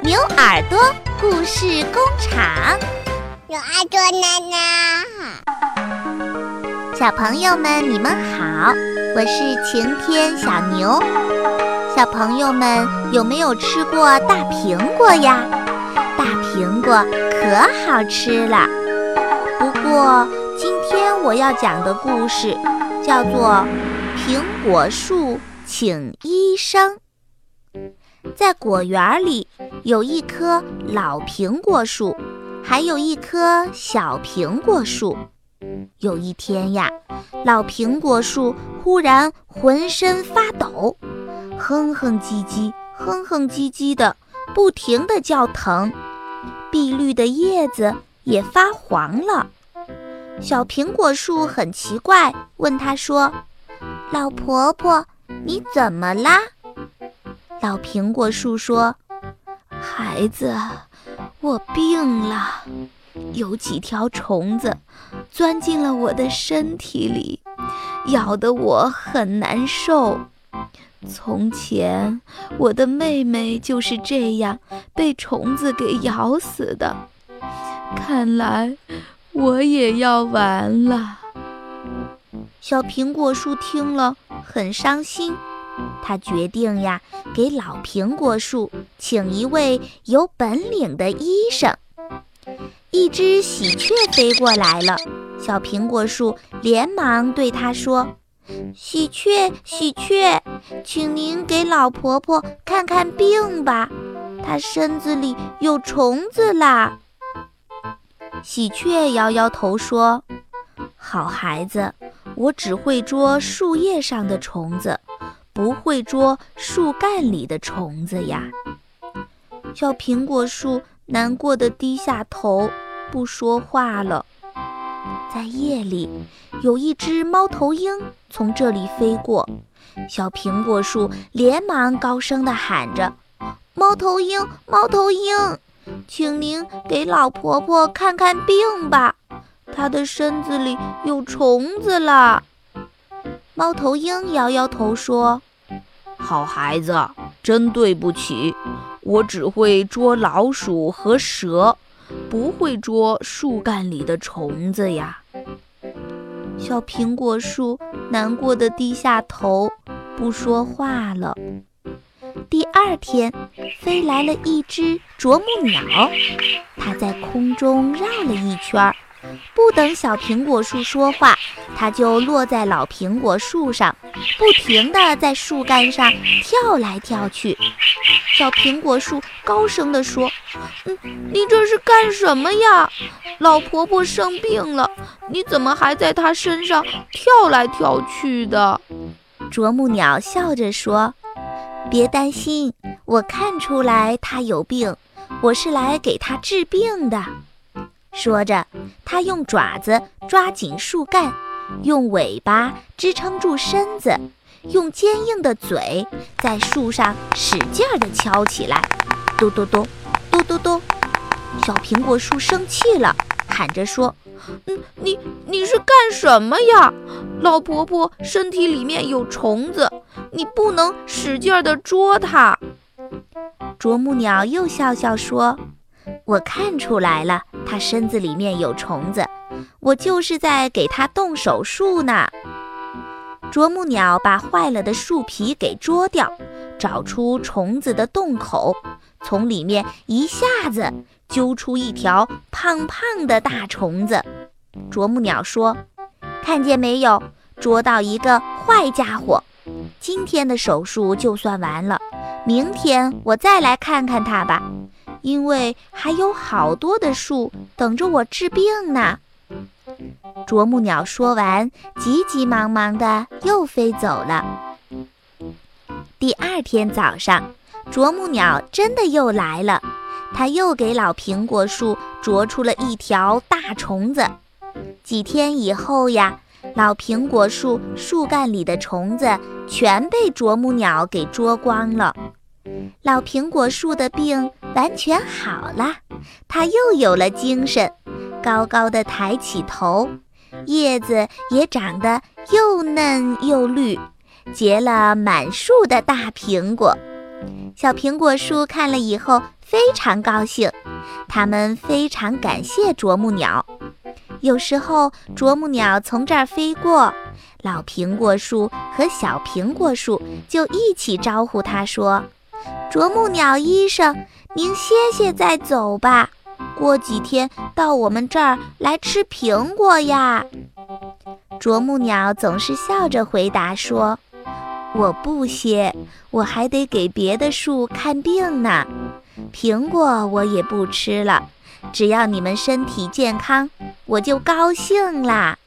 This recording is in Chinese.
牛耳朵故事工厂， 牛耳朵奶奶。 小朋友们你们好，我是晴天小牛。小朋友们有没有吃过大苹果呀？大苹果可好吃了。不过今天我要讲的故事叫做苹果树请医生。在果园里有一棵老苹果树，还有一棵小苹果树。有一天呀，老苹果树忽然浑身发抖，哼哼唧唧的，不停地叫疼，碧绿的叶子也发黄了。小苹果树很奇怪，问他说：“老婆婆，你怎么啦？”老苹果树说：“孩子，我病了，有几条虫子钻进了我的身体里，咬得我很难受。从前我的妹妹就是这样被虫子给咬死的，看来我也要完了。”小苹果树听了很伤心，他决定呀，给老苹果树请一位有本领的医生。一只喜鹊飞过来了，小苹果树连忙对它说：“喜鹊，喜鹊，请您给老婆婆看看病吧，她身子里有虫子啦。”喜鹊摇摇头说：“好孩子，我只会捉树叶上的虫子，不会捉树干里的虫子呀。”小苹果树难过地低下头，不说话了。在夜里，有一只猫头鹰从这里飞过，小苹果树连忙高声地喊着：“猫头鹰，猫头鹰，请您给老婆婆看看病吧，她的身子里有虫子了。”猫头鹰摇摇头说：“好孩子，真对不起，我只会捉老鼠和蛇，不会捉树干里的虫子呀。”小苹果树难过地低下头，不说话了。第二天，飞来了一只啄木鸟，它在空中绕了一圈，不等小苹果树说话，它就落在老苹果树上，不停地在树干上跳来跳去。小苹果树高声地说：“你这是干什么呀？老婆婆生病了，你怎么还在她身上跳来跳去的？”啄木鸟笑着说：“别担心，我看出来她有病，我是来给她治病的。”说着，它用爪子抓紧树干，用尾巴支撑住身子，用坚硬的嘴在树上使劲地敲起来，嘟嘟嘟，嘟嘟嘟。小苹果树生气了，喊着说：“你是干什么呀？老婆婆身体里面有虫子，你不能使劲地捉她。”啄木鸟又笑笑说：“我看出来了，她身子里面有虫子，我就是在给她动手术呢。”啄木鸟把坏了的树皮给啄掉，找出虫子的洞口，从里面一下子揪出一条胖胖的大虫子。啄木鸟说：“看见没有，捉到一个坏家伙，今天的手术就算完了，明天我再来看看它吧，因为还有好多的树等着我治病呢。”啄木鸟说完，急急忙忙地又飞走了。第二天早上，啄木鸟真的又来了，它又给老苹果树啄出了一条大虫子。几天以后呀，老苹果树树干里的虫子全被啄木鸟给啄光了。老苹果树的病完全好了，它又有了精神，高高地抬起头，叶子也长得又嫩又绿，结了满树的大苹果。小苹果树看了以后非常高兴，他们非常感谢啄木鸟。有时候啄木鸟从这儿飞过，老苹果树和小苹果树就一起招呼他说：啄木鸟医生，您歇歇再走吧，过几天到我们这儿来吃苹果呀。啄木鸟总是笑着回答说：我不歇，我还得给别的树看病呢。苹果我也不吃了，只要你们身体健康，我就高兴啦。